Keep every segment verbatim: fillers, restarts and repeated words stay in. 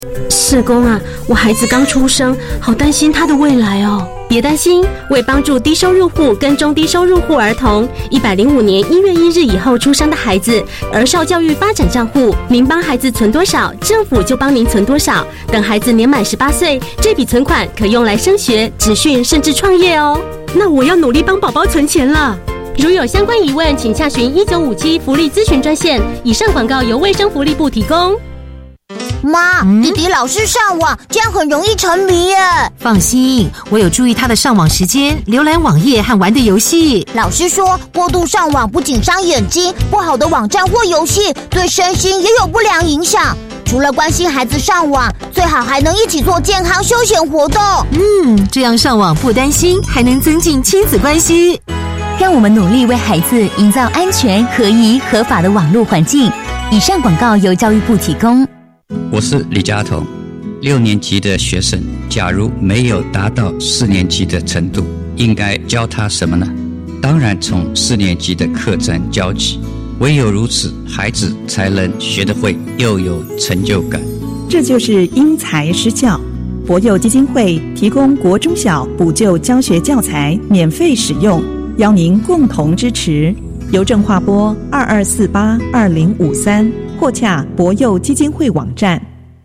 社工啊，我孩子刚出生，好担心他的未来哦。别担心，为帮助低收入户跟中低收入户儿童，一百零五年一月一日以后出生的孩子，儿少教育发展账户，您帮孩子存多少，政府就帮您存多少。等孩子年满十八岁，这笔存款可用来升学、职训，甚至创业哦。那我要努力帮宝宝存钱了。如有相关疑问，请洽询一九五七福利咨询专线。以上广告由卫生福利部提供。 妈，嗯、弟弟老是上网，这样很容易沉迷耶。 放心，我有注意他的上网时间、浏览网页和玩的游戏。 老师说，过度上网不仅伤眼睛，不好的网站或游戏对身心也有不良影响。除了关心孩子上网，最好还能一起做健康休闲活动。 嗯，这样上网不担心，还能增进亲子关系。 让我们努力为孩子营造安全、合宜、合法的网络环境。以上广告由教育部提供。 我是李家彤。六年级的学生，假如没有达到四年级的程度，应该教他什么呢？当然从四年级的课程教起，唯有如此，孩子才能学得会，又有成就感。 这就是因材施教。博幼基金会提供国中小补救教学教材免费使用，邀您共同支持。邮政划拨二二四八二零五三，或洽博幼基金会网站。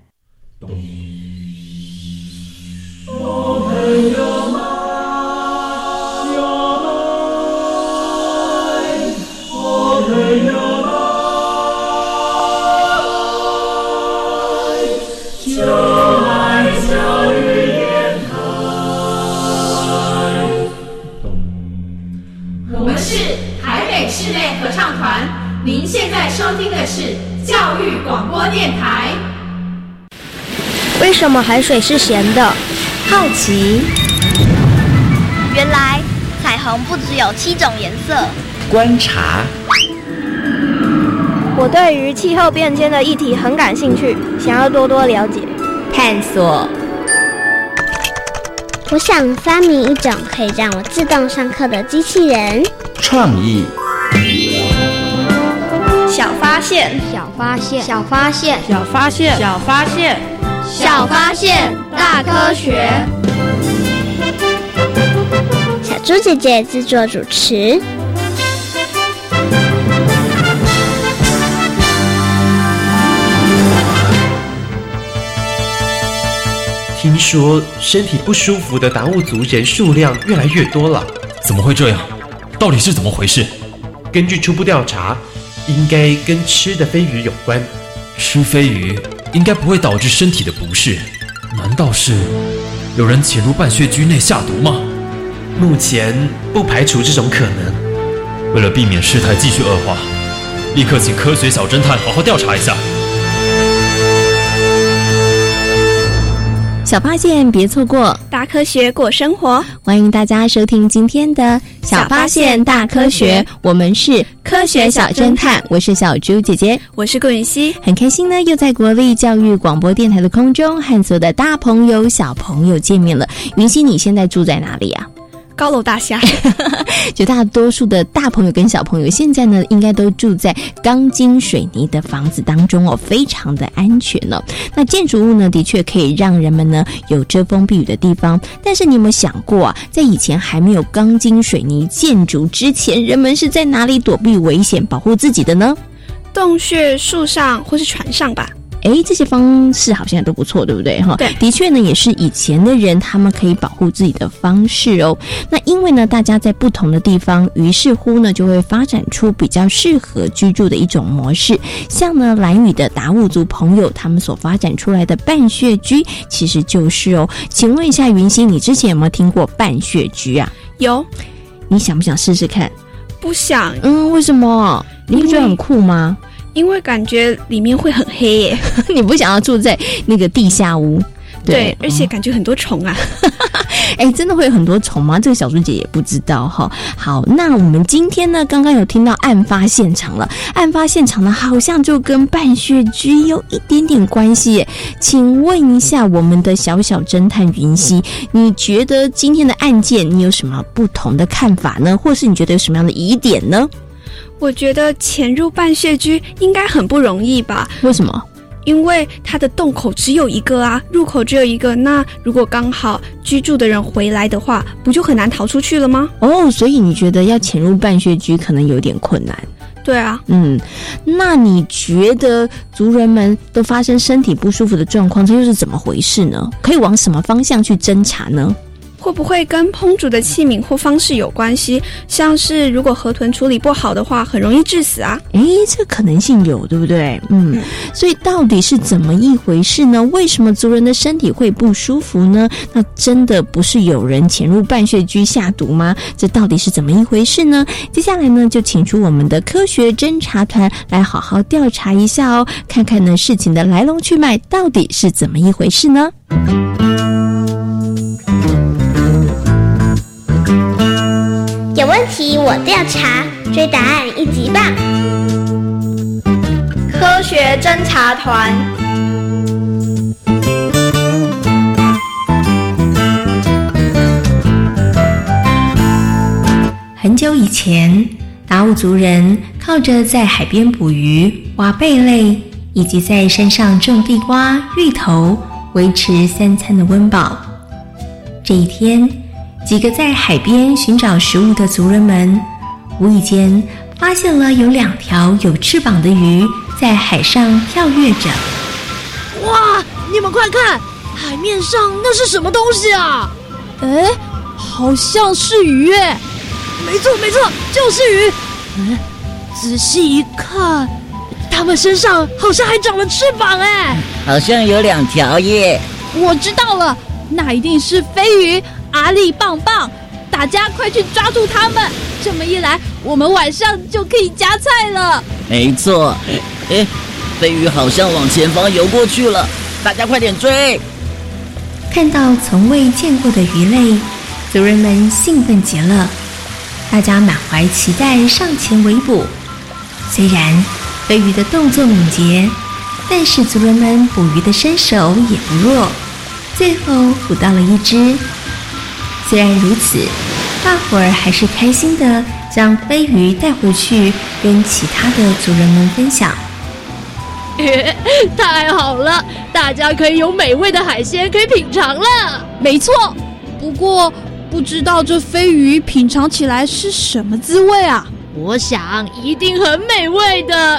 您现在收听的是教育广播电台。 为什么海水是咸的？ 好奇。 原来彩虹不只有七种颜色。 观察。 我对于气候变迁的议题很感兴趣，想要多多了解。 探索。 我想发明一种可以让我自动上课的机器人。 创意。 小发现， 小发现， 小发现， 小发现， 小发现， 小发现，大科学。 小猪姐姐制作主持。 听说身体不舒服的达悟族人数量越来越多了。 怎么会这样？到底是怎么回事？ 根据初步调查，应该跟吃的飞鱼有关。 吃飞鱼应该不会导致身体的不适，难道是有人潜入半穴居内下毒吗？ 目前不排除这种可能。 为了避免事态继续恶化，立刻请科学小侦探好好调查一下。 小发现别错过， 大科学过生活。 欢迎大家收听今天的小发现大科学， 我们是科学小侦探，我是小猪姐姐， 我是顾允熙。 很开心呢，又在国立教育广播电台的空中和所有的大朋友小朋友见面了。允熙，你现在住在哪里啊？ 高楼大厦。 绝大多数的大朋友跟小朋友现在呢，应该都住在钢筋水泥的房子当中哦，非常的安全哦。那建筑物呢，的确可以让人们呢有遮风避雨的地方。但是你有没有想过啊，在以前还没有钢筋水泥建筑之前，人们是在哪里躲避危险、保护自己的呢？ 洞穴、树上或是船上吧。 诶，这些方式好像都不错，对不对？ 对， 的确呢，也是以前的人他们可以保护自己的方式哦。那因为呢，大家在不同的地方，于是乎呢，就会发展出比较适合居住的一种模式。像呢，兰屿的达悟族朋友他们所发展出来的半穴居，其实就是哦。请问一下云溪，你之前有没有听过半穴居啊？ 有。 你想不想试试看？ 不想。 嗯，为什么？你不觉得很酷吗？ 因为感觉里面会很黑耶。 你不想要住在那个地下屋？ 对，对，而且感觉很多虫啊。 哎，真的会有很多虫吗？这个小猪姐也不知道哈。好，那我们今天呢，刚刚有听到案发现场了。案发现场呢，好像就跟半穴居有一点点关系耶。请问一下我们的小小侦探云溪，你觉得今天的案件你有什么不同的看法呢？或是你觉得有什么样的疑点呢？ 我觉得潜入半穴居应该很不容易吧？ 为什么？ 因为它的洞口只有一个啊，入口只有一个，那如果刚好居住的人回来的话，不就很难逃出去了吗？ 哦，所以你觉得要潜入半穴居可能有点困难。 对啊， 嗯，那你觉得族人们都发生身体不舒服的状况，这又是怎么回事呢？可以往什么方向去侦查呢？ 会不会跟烹煮的器皿或方式有关系？像是如果河豚处理不好的话，很容易致死啊。 诶，这可能性有，对不对？嗯，嗯，所以到底是怎么一回事呢？为什么族人的身体会不舒服呢？那真的不是有人潜入半穴居下毒吗？这到底是怎么一回事呢？接下来呢，就请出我们的科学侦查团来好好调查一下哦，看看呢事情的来龙去脉到底是怎么一回事呢？ 有问题我调查，追答案一级棒！ 科学侦查团。 很久以前，达悟族人靠着在海边捕鱼、挖贝类，以及在山上种地瓜、芋头，维持三餐的温饱。这一天，几个在海边寻找食物的族人们，无意间发现了有两条有翅膀的鱼在海上跳跃着。 哇，你们快看，海面上那是什么东西啊？哎，好像是鱼耶！没错没错，就是鱼。嗯，仔细一看，它们身上好像还长了翅膀哎， 好像有两条耶。 我知道了，那一定是飞鱼。阿力棒棒，大家快去抓住他们！这么一来，我们晚上就可以夹菜了。 没错，哎，飞鱼好像往前方游过去了，大家快点追！ 看到从未见过的鱼类，族人们兴奋极了，大家满怀期待上前围捕。虽然飞鱼的动作敏捷，但是族人们捕鱼的身手也不弱，最后捕到了一只。虽然如此，大伙儿还是开心地将飞鱼带回去跟其他的族人们分享。 太好了，大家可以有美味的海鲜可以品尝了。没错，不过不知道这飞鱼品尝起来是什么滋味啊？我想一定很美味的。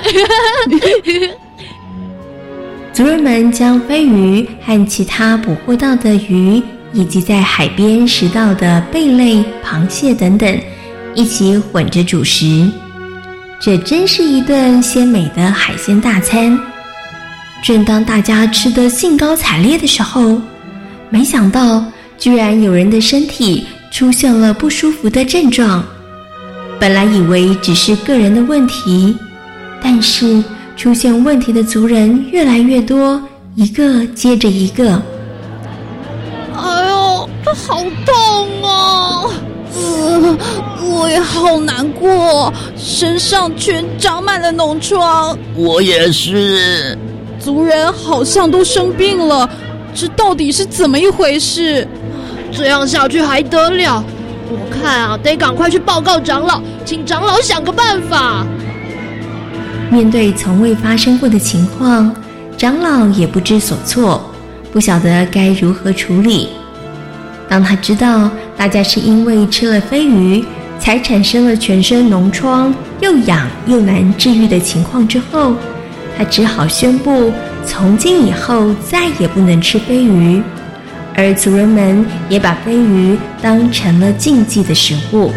族人们将飞鱼和其他捕获到的鱼，以及在海边拾到的贝类、螃蟹等等，一起混着煮食。这真是一顿鲜美的海鲜大餐。正当大家吃得兴高采烈的时候，没想到居然有人的身体出现了不舒服的症状。本来以为只是个人的问题，但是出现问题的族人越来越多，一个接着一个。 哎呦，这好痛哦！呃，我也好难过，身上全长满了脓疮。 我也是。 族人好像都生病了，这到底是怎么一回事？这样下去还得了？我看啊，得赶快去报告长老，请长老想个办法。 面对从未发生过的情况，长老也不知所措，不晓得该如何处理。当他知道大家是因为吃了飞鱼才产生了全身脓疮又痒又难治愈的情况之后，他只好宣布从今以后再也不能吃飞鱼，而族人们也把飞鱼当成了禁忌的食物。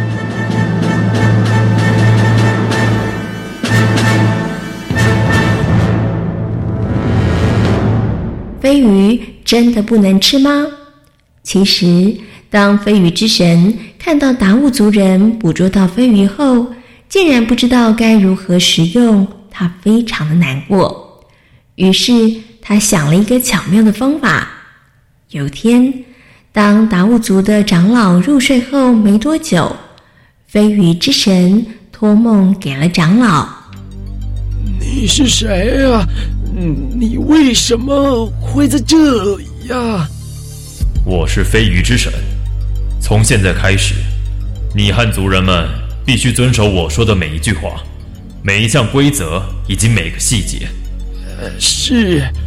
飞鱼真的不能吃吗？其实，当飞鱼之神看到达悟族人捕捉到飞鱼后，竟然不知道该如何食用，他非常的难过。于是，他想了一个巧妙的方法。有天，当达悟族的长老入睡后没多久，飞鱼之神托梦给了长老。 你是谁啊？你为什么会在这里呀？ 我是飞鱼之神，从现在开始，你和族人们必须遵守我说的每一句话，每一项规则以及每个细节。 呃，是，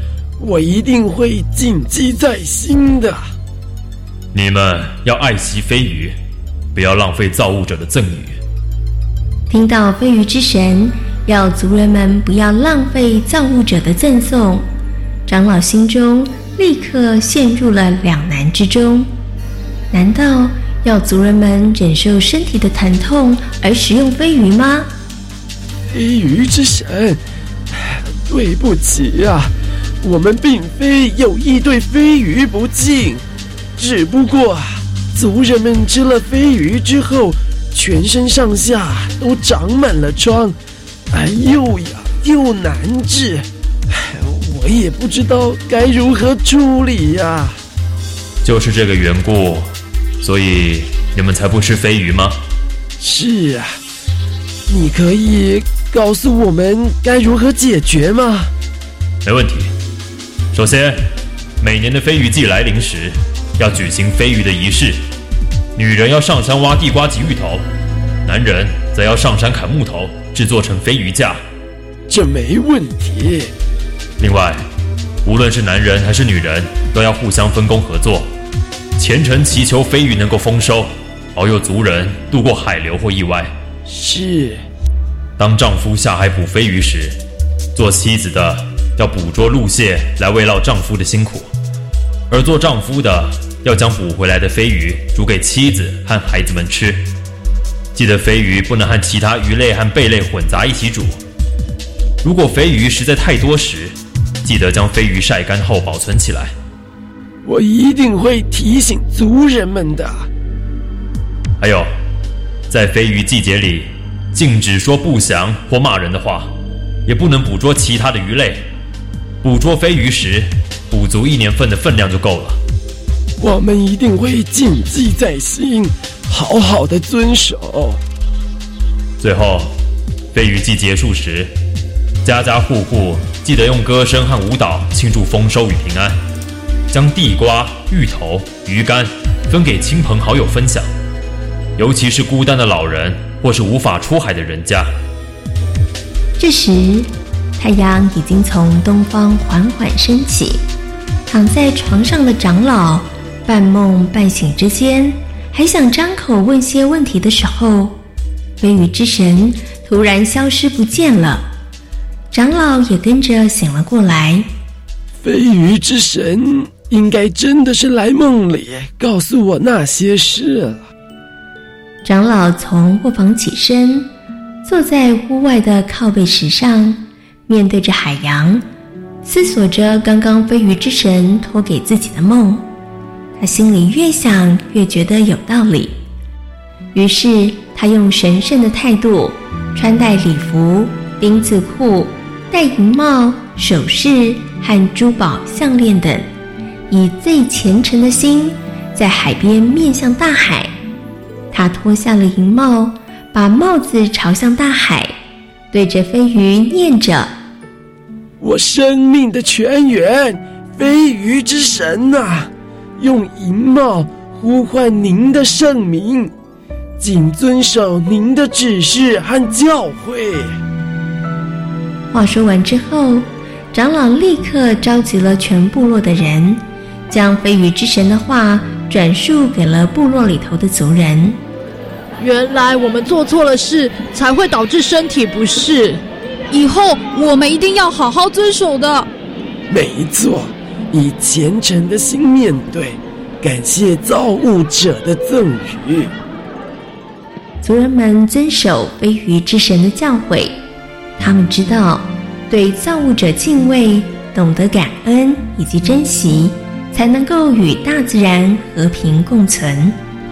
我一定会谨记在心的。 你们要爱惜飞鱼，不要浪费造物者的赠予。 听到飞鱼之神要族人们不要浪费造物者的赠送，长老心中立刻陷入了两难之中。难道要族人们忍受身体的疼痛而食用飞鱼吗？ 飞鱼之神，对不起呀、啊，我们并非有意对飞鱼不敬，只不过族人们吃了飞鱼之后，全身上下都长满了疮，哎，又痒又难治，我也不知道该如何处理呀、啊。 就是这个缘故，所以你们才不吃飞鱼吗？ 是啊，你可以告诉我们该如何解决吗？ 没问题。首先，每年的飞鱼季来临时，要举行飞鱼的仪式。女人要上山挖地瓜及芋头，男人则要上山砍木头，制作成飞鱼架。 这没问题。 另外，无论是男人还是女人，都要互相分工合作，虔诚祈求飞鱼能够丰收，保佑族人度过海流或意外。 是。 当丈夫下海捕飞鱼时，做妻子的要捕捉鹿蟹来慰劳丈夫的辛苦，而做丈夫的要将捕回来的飞鱼煮给妻子和孩子们吃。记得飞鱼不能和其他鱼类和贝类混杂一起煮。如果飞鱼实在太多时，记得将飞鱼晒干后保存起来。 我一定会提醒族人们的。 还有，在飞鱼季节里，禁止说不祥或骂人的话，也不能捕捉其他的鱼类。捕捉飞鱼时，捕足一年份的分量就够了。 我们一定会谨记在心，好好的遵守。 最后，飞鱼季结束时，家家户户记得用歌声和舞蹈庆祝丰收与平安，将地瓜、芋头、鱼干分给亲朋好友分享，尤其是孤单的老人或是无法出海的人家。 这时，太阳已经从东方缓缓升起，躺在床上的长老半梦半醒之间，还想张口问些问题的时候，飞鱼之神突然消失不见了。长老也跟着醒了过来。 飞鱼之神应该真的是来梦里告诉我那些事了。 长老从卧房起身，坐在屋外的靠背石上，面对着海洋，思索着刚刚飞鱼之神托给自己的梦。他心里越想越觉得有道理，于是他用神圣的态度，穿戴礼服、丁字裤、戴银帽、首饰和珠宝项链等，以最虔诚的心，在海边面向大海。他脱下了银帽，把帽子朝向大海，对着飞鱼念着： 我生命的泉源，飞鱼之神啊，用银帽呼唤您的圣名，谨遵守您的指示和教诲。 话说完之后，长老立刻召集了全部落的人，将飞鱼之神的话转述给了部落里头的族人。 原来我们做错了事，才会导致身体不适，以后我们一定要好好遵守的。 没错，以虔诚的心面对，感谢造物者的赠予。 族人们遵守飞鱼之神的教诲，他们知道对造物者敬畏，懂得感恩以及珍惜，才能够与大自然和平共存。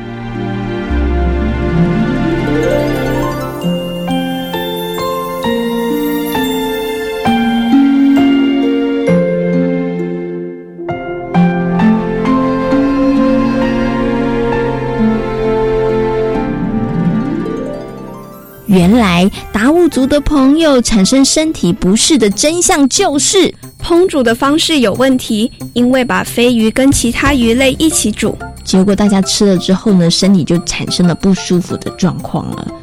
原来达悟族的朋友产生身体不适的真相就是烹煮的方式有问题，因为把飞鱼跟其他鱼类一起煮， 结果大家吃了之后呢，身体就产生了不舒服的状况了。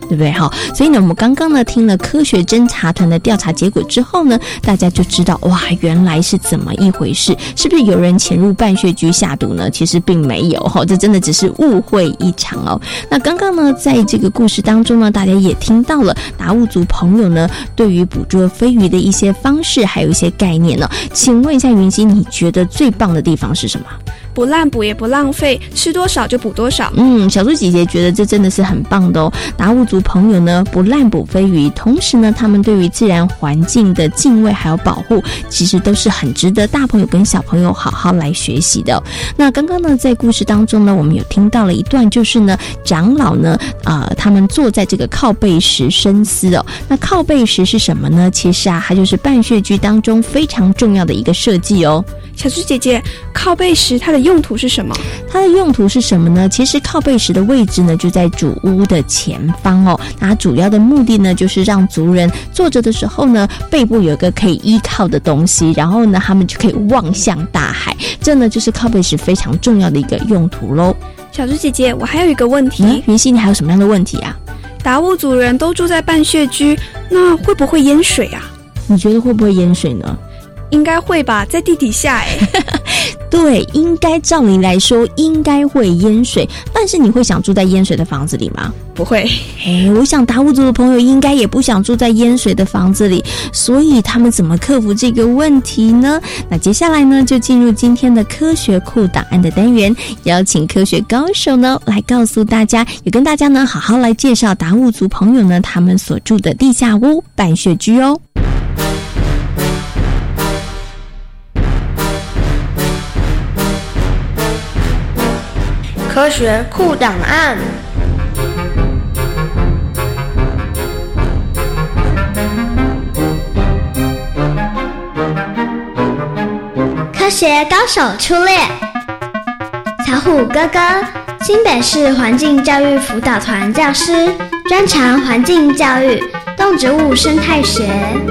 对不对？好，所以呢，我们刚刚呢听了科学侦查团的调查结果之后呢，大家就知道哇，原来是怎么一回事？是不是有人潜入半穴居下毒呢？其实并没有哈，这真的只是误会一场哦。那刚刚呢，在这个故事当中呢，大家也听到了达悟族朋友呢对于捕捉飞鱼的一些方式，还有一些概念呢。请问一下云溪，你觉得最棒的地方是什么？ 不滥捕也不浪费，吃多少就捕多少。 嗯，小猪姐姐觉得这真的是很棒的哦。达悟族朋友呢不滥捕飞鱼，同时呢他们对于自然环境的敬畏还有保护，其实都是很值得大朋友跟小朋友好好来学习的哦。那刚刚呢在故事当中呢，我们有听到了一段，就是呢长老呢呃他们坐在这个靠背石深思哦。那靠背石是什么呢？其实啊它就是半穴居当中非常重要的一个设计哦。 小猪姐姐，靠背石它的用途是什么？ 它的用途是什么呢？其实靠背石的位置呢就在主屋的前方哦。那它主要的目的呢就是让族人坐着的时候呢，背部有一个可以依靠的东西，然后呢他们就可以望向大海。这呢就是靠背石非常重要的一个用途咯。 小猪姐姐，我还有一个问题。 嗯，云溪，你还有什么样的问题啊？ 达悟族人都住在半穴居，那会不会淹水啊？ 你觉得会不会淹水呢？ 应该会吧，在地底下哎。 对，应该照理来说应该会淹水，但是你会想住在淹水的房子里吗？ 不会。 哎，我想达悟族的朋友应该也不想住在淹水的房子里，所以他们怎么克服这个问题呢？那接下来呢，就进入今天的科学库档案的单元，邀请科学高手呢来告诉大家，也跟大家呢好好来介绍达悟族朋友呢他们所住的地下屋半穴居哦。 科学库档案。科学高手出列，小虎哥哥，新北市环境教育辅导团教师，专长环境教育、动植物生态学。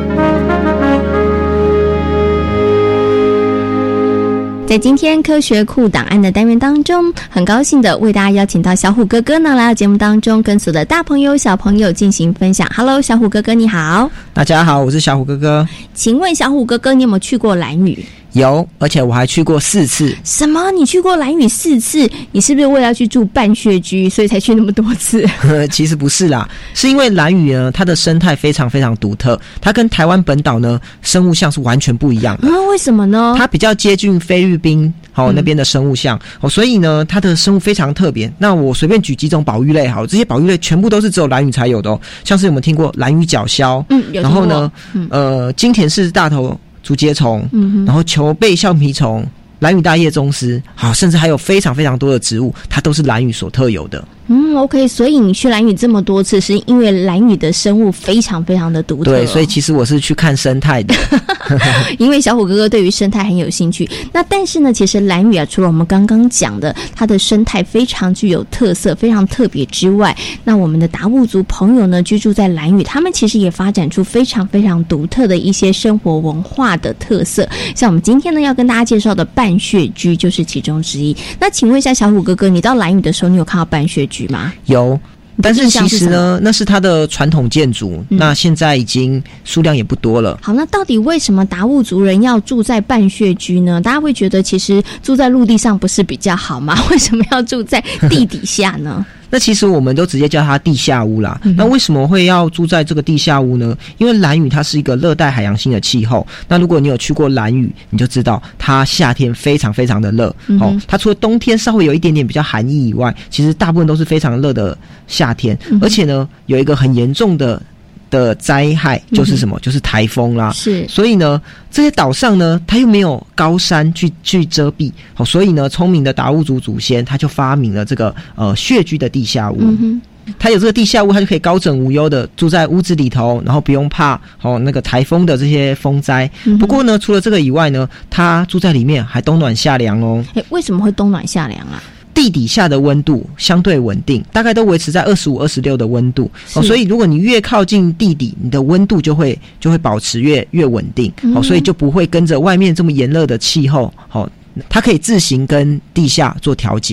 在今天科学库档案的单元当中，很高兴的为大家邀请到小虎哥哥呢来到节目当中，跟所有的大朋友小朋友进行分享。 Hello， 小虎哥哥你好。 大家好，我是小虎哥哥。 请问小虎哥哥，你有没有去过兰屿？ 有，而且我还去过四次。 什么？你去过兰屿四次？你是不是为了要去住半穴居，所以才去那么多次？ 其实不是啦，是因为兰屿呢，它的生态非常非常独特，它跟台湾本岛呢生物相是完全不一样的。 嗯，为什么呢？ 它比较接近菲律宾好、哦、那边的生物相、哦、所以呢，它的生物非常特别。那我随便举几种保育类好，这些保育类全部都是只有兰屿才有的哦，像是有没有听过兰屿角鸮？嗯，有听过。然后呢，嗯、呃，金田氏大头竹节虫，嗯，然后球背橡皮虫、兰屿大叶宗师，好，甚至还有非常非常多的植物，它都是兰屿所特有的。 嗯 ，OK， 所以你去兰屿这么多次，是因为兰屿的生物非常非常的独特、哦。 对，所以其实我是去看生态的。 因为小虎哥哥对于生态很有兴趣。那但是呢，其实兰屿啊，除了我们刚刚讲的它的生态非常具有特色、非常特别之外，那我们的达悟族朋友呢，居住在兰屿，他们其实也发展出非常非常独特的一些生活文化的特色。像我们今天呢要跟大家介绍的半穴居就是其中之一。那请问一下小虎哥哥，你到兰屿的时候，你有看到半穴居吗？ 有，但是其实呢，那是它的传统建筑、嗯，那现在已经数量也不多了。 好，那到底为什么达悟族人要住在半穴居呢？大家会觉得其实住在陆地上不是比较好吗？为什么要住在地底下呢？ 那其实我们都直接叫它地下屋啦、嗯、那为什么会要住在这个地下屋呢？因为兰屿它是一个热带海洋性的气候，那如果你有去过兰屿，你就知道它夏天非常非常的热、嗯哦、它除了冬天稍微有一点点比较寒意以外，其实大部分都是非常热的夏天、嗯、而且呢有一个很严重的的灾害就是什么、嗯、就是台风啦。 是，所以呢这些岛上呢它又没有高山去去遮蔽、哦、所以呢聪明的达悟族祖先他就发明了这个呃穴居的地下屋。嗯哼，他有这个地下屋，他就可以高枕无忧的住在屋子里头，然后不用怕哦那个台风的这些风灾、嗯、不过呢除了这个以外呢，他住在里面还冬暖夏凉哦。 诶，为什么会冬暖夏凉啊？ 地底下的温度相对稳定，大概都维持在二十五、二十六的温度、哦、所以如果你越靠近地底，你的温度就会就会保持越越稳定、嗯哦、所以就不会跟着外面这么炎热的气候、哦、它可以自行跟地下做调节。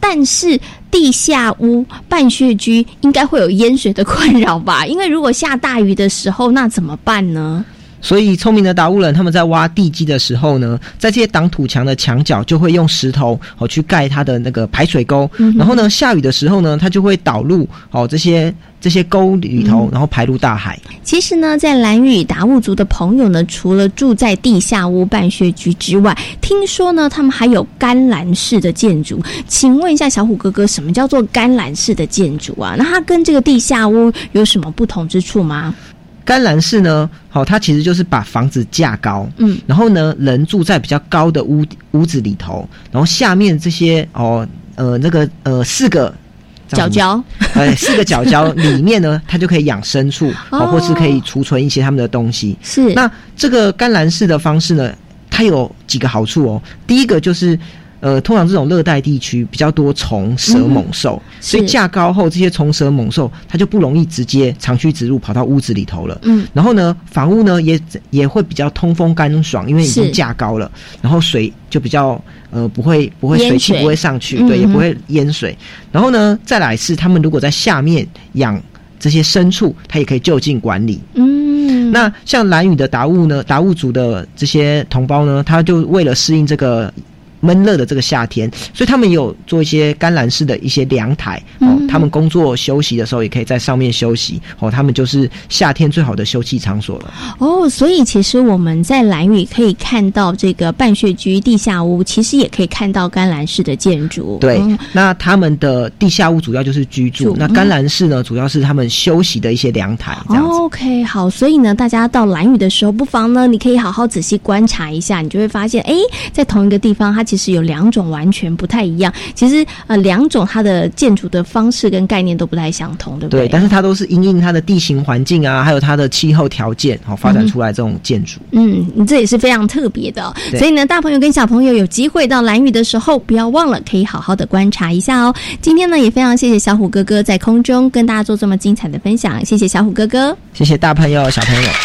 但是地下屋半穴居应该会有淹水的困扰吧？因为如果下大雨的时候，那怎么办呢？ 所以聪明的达悟人他们在挖地基的时候呢，在这些挡土墙的墙角就会用石头哦去盖它的那个排水沟，嗯、然后呢下雨的时候呢，它就会导入哦这些这些沟里头，嗯、然后排入大海。 其实呢，在兰屿达悟族的朋友呢，除了住在地下屋半穴居之外，听说呢他们还有干栏式的建筑。请问一下小虎哥哥，什么叫做干栏式的建筑啊？那它跟这个地下屋有什么不同之处吗？ 干栏式呢，好、哦，它其实就是把房子架高，嗯，然后呢，人住在比较高的屋屋子里头，然后下面这些哦，呃，那个呃四个角角， 呃，四个角角里面呢，它就可以养牲畜，哦，或是可以储存一些他们的东西。 是， 那这个干栏式的方式呢，它有几个好处哦。第一个就是。呃，通常这种热带地区比较多虫蛇猛兽，嗯、所以架高后，这些虫蛇猛兽它就不容易直接长驱直入跑到屋子里头了。嗯，然后呢，房屋呢也也会比较通风干爽，因为已经架高了，然后水就比较呃不会不会水汽不会上去，对，嗯、也不会淹水。然后呢，再来是他们如果在下面养这些牲畜，它也可以就近管理。嗯，那像兰屿的达悟呢，达悟族的这些同胞呢，他就为了适应这个。闷热的这个夏天，所以他们有做一些干栏式的一些凉台，哦，嗯、他们工作休息的时候也可以在上面休息，哦，他们就是夏天最好的休憩场所了。 哦，所以其实我们在兰屿可以看到这个半穴居地下屋，其实也可以看到干栏式的建筑。 对，嗯、那他们的地下屋主要就是居住，那干栏式呢，主要是他们休息的一些凉台。这样子。 哦 OK， 好，所以呢，大家到兰屿的时候，不妨呢，你可以好好仔细观察一下，你就会发现，哎，在同一个地方，它其实有两种完全不太一样。其实呃，两种它的建筑的方式跟概念都不太相同，对不对？ 对，但是它都是因应它的地形环境啊，还有它的气候条件，好、哦、发展出来这种建筑。 嗯，这也是非常特别的、哦。所以呢，大朋友跟小朋友有机会到兰屿的时候，不要忘了可以好好的观察一下哦。今天呢，也非常谢谢小虎哥哥在空中跟大家做这么精彩的分享，谢谢小虎哥哥， 谢谢大朋友小朋友。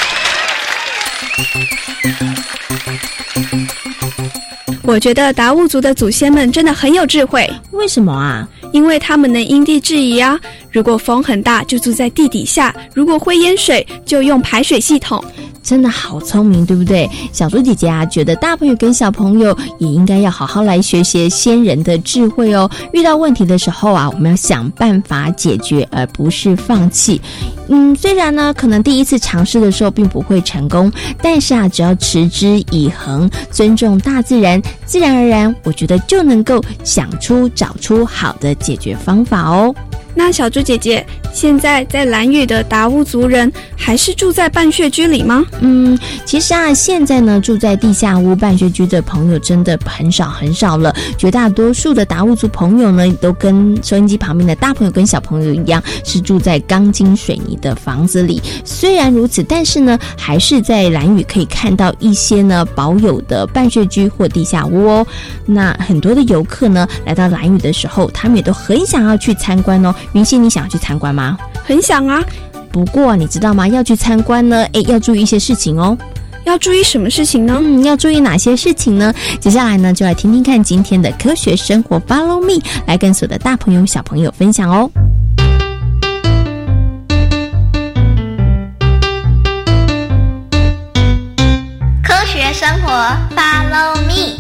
我觉得达悟族的祖先们真的很有智慧。 为什么啊？ 因为他们能因地制宜啊。如果风很大，就住在地底下；如果会淹水，就用排水系统。 真的好聪明，对不对？小猪姐姐啊，觉得大朋友跟小朋友也应该要好好来学习先人的智慧哦。遇到问题的时候啊，我们要想办法解决，而不是放弃。嗯，虽然呢，可能第一次尝试的时候并不会成功，但是啊，只要持之以恒，尊重大自然，自然而然，我觉得就能够想出找出好的解决方法哦。 那小猪姐姐，现在在兰屿的达悟族人还是住在半穴居里吗？ 嗯，其实啊，现在呢，住在地下屋半穴居的朋友真的很少很少了。绝大多数的达悟族朋友呢，都跟收音机旁边的大朋友跟小朋友一样，是住在钢筋水泥的房子里。虽然如此，但是呢，还是在兰屿可以看到一些呢保有的半穴居或地下屋哦。那很多的游客呢，来到兰屿的时候，他们也都很想要去参观哦。云溪，你想要去参观吗？ 很想啊。 不过你知道吗？要去参观呢，诶，要注意一些事情哦。 要注意什么事情呢？ 嗯，要注意哪些事情呢？接下来呢，就来听听看今天的科学生活 Follow Me， 来跟所有的大朋友小朋友分享哦。 科学生活 Follow Me。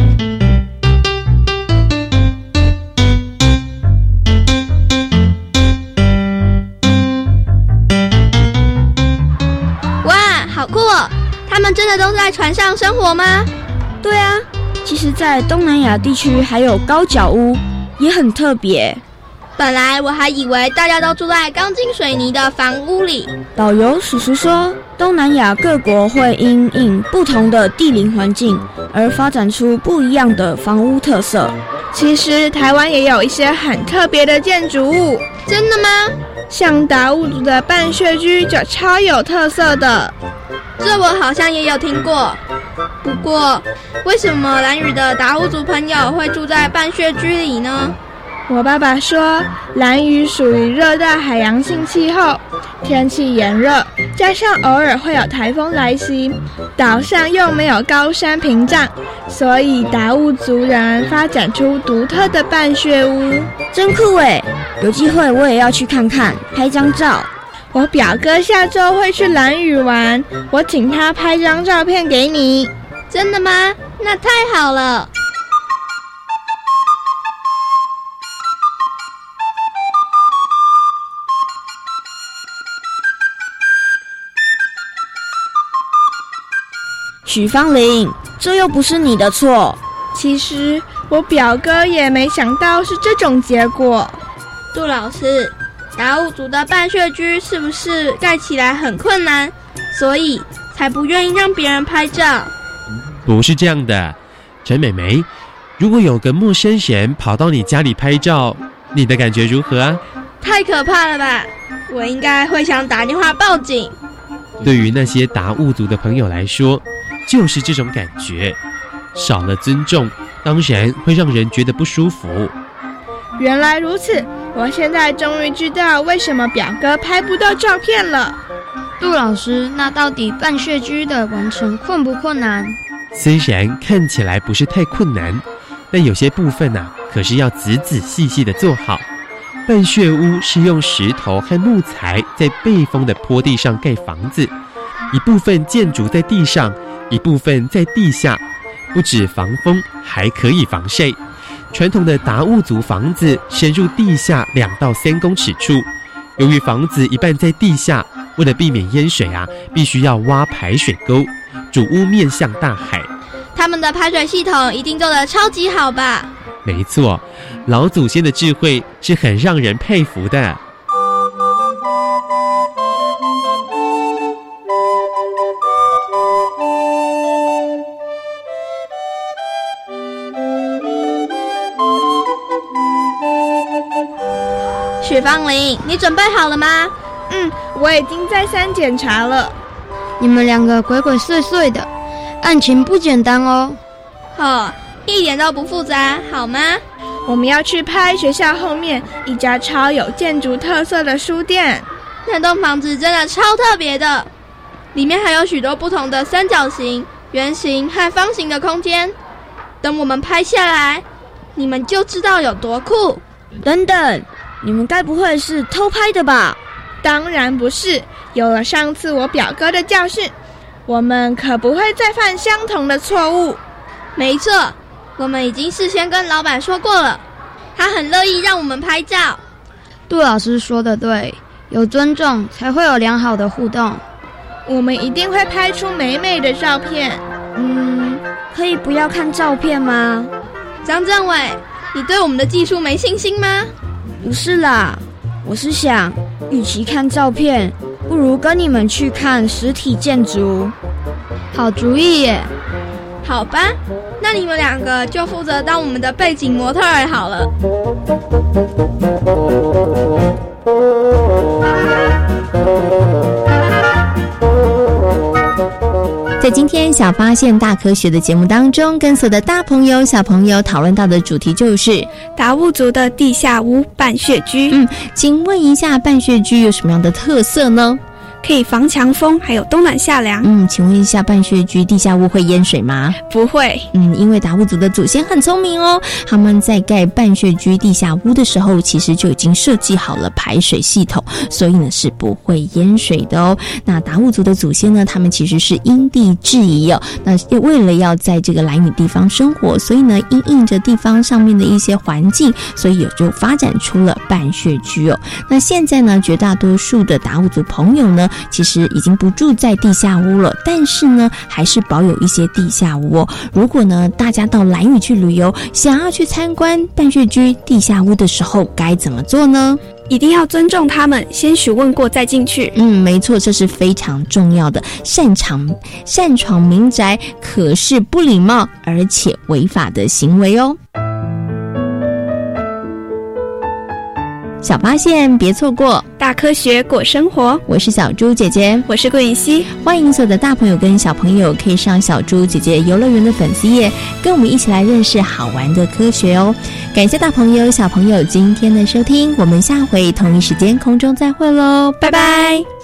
好酷哦！他们真的都在船上生活吗？ 对啊，其实在东南亚地区还有高脚屋，也很特别。 本来我还以为大家都住在钢筋水泥的房屋里。 导游叔叔说，东南亚各国会因应不同的地理环境而发展出不一样的房屋特色。 其实台湾也有一些很特别的建筑物。 真的吗？ 像达悟族的半穴居就超有特色的。 这我好像也有听过，不过为什么兰屿的达悟族朋友会住在半穴居里呢？ 我爸爸说，兰屿属于热带海洋性气候，天气炎热，加上偶尔会有台风来袭，岛上又没有高山屏障，所以达悟族人发展出独特的半穴屋。 真酷耶，有机会我也要去看看，拍张照。 我表哥下周会去兰屿玩，我请他拍张照片给你。 真的吗？那太好了。 许芳玲，这又不是你的错。 其实我表哥也没想到是这种结果。 杜老师，达悟族的半穴居是不是盖起来很困难，所以才不愿意让别人拍照？ 不是这样的，陈美眉，如果有个陌生人跑到你家里拍照，你的感觉如何啊？ 太可怕了吧，我应该会想打电话报警。 对于那些达悟族的朋友来说，就是这种感觉，少了尊重，当然会让人觉得不舒服。 原来如此，我现在终于知道为什么表哥拍不到照片了。 杜老师，那到底半穴居的完成困不困难？ 虽然看起来不是太困难，但有些部分啊，可是要仔仔细细的做好。半穴屋是用石头和木材在背风的坡地上盖房子，一部分建筑在地上，一部分在地下，不止防风，还可以防晒。传统的达悟族房子深入地下两到三公尺处，由于房子一半在地下，为了避免淹水啊，必须要挖排水沟，主屋面向大海。 他们的排水系统一定做得超级好吧？ 没错，老祖先的智慧是很让人佩服的。 许芳玲，你准备好了吗？ 嗯，我已经再三检查了。 你们两个鬼鬼祟祟的，案情不简单哦。 哦，一点都不复杂，好吗？ 我们要去拍学校后面一家超有建筑特色的书店。 那栋房子真的超特别的，里面还有许多不同的三角形、圆形和方形的空间。等我们拍下来，你们就知道有多酷。 等等，你们该不会是偷拍的吧？ 当然不是，有了上次我表哥的教训，我们可不会再犯相同的错误。 没错，我们已经事先跟老板说过了，他很乐意让我们拍照。 杜老师说的对，有尊重才会有良好的互动。 我们一定会拍出美美的照片。 嗯，可以不要看照片吗？ 张政委，你对我们的技术没信心吗？ 不是啦，我是想，与其看照片，不如跟你们去看实体建筑。好主意耶！ 好吧，那你们两个就负责当我们的背景模特儿好了。 在今天小发现大科学的节目当中，跟所有的大朋友小朋友讨论到的主题就是达悟族的地下屋半穴居。 嗯，请问一下，半穴居有什么样的特色呢？ 可以防强风，还有冬暖夏凉。 嗯，请问一下，半穴居地下屋会淹水吗？ 不会。 嗯，因为达悟族的祖先很聪明哦，他们在盖半穴居地下屋的时候，其实就已经设计好了排水系统，所以呢是不会淹水的哦。那达悟族的祖先呢，他们其实是因地制宜哦，那为了要在这个兰屿地方生活，所以呢因应着地方上面的一些环境，所以也就发展出了半穴居哦。那现在呢，绝大多数的达悟族朋友呢，其实已经不住在地下屋了，但是呢还是保有一些地下屋哦。如果呢大家到兰屿去旅游，想要去参观半穴居地下屋的时候，该怎么做呢？ 一定要尊重他们，先询问过再进去。 嗯，没错，这是非常重要的。擅闯擅闯民宅可是不礼貌而且违法的行为哦。 小发现别错过， 大科学过生活。 我是小猪姐姐， 我是顾允熙。 欢迎所有的大朋友跟小朋友可以上小猪姐姐游乐园的粉丝页，跟我们一起来认识好玩的科学哦。感谢大朋友小朋友今天的收听，我们下回同一时间空中再会喽，拜拜。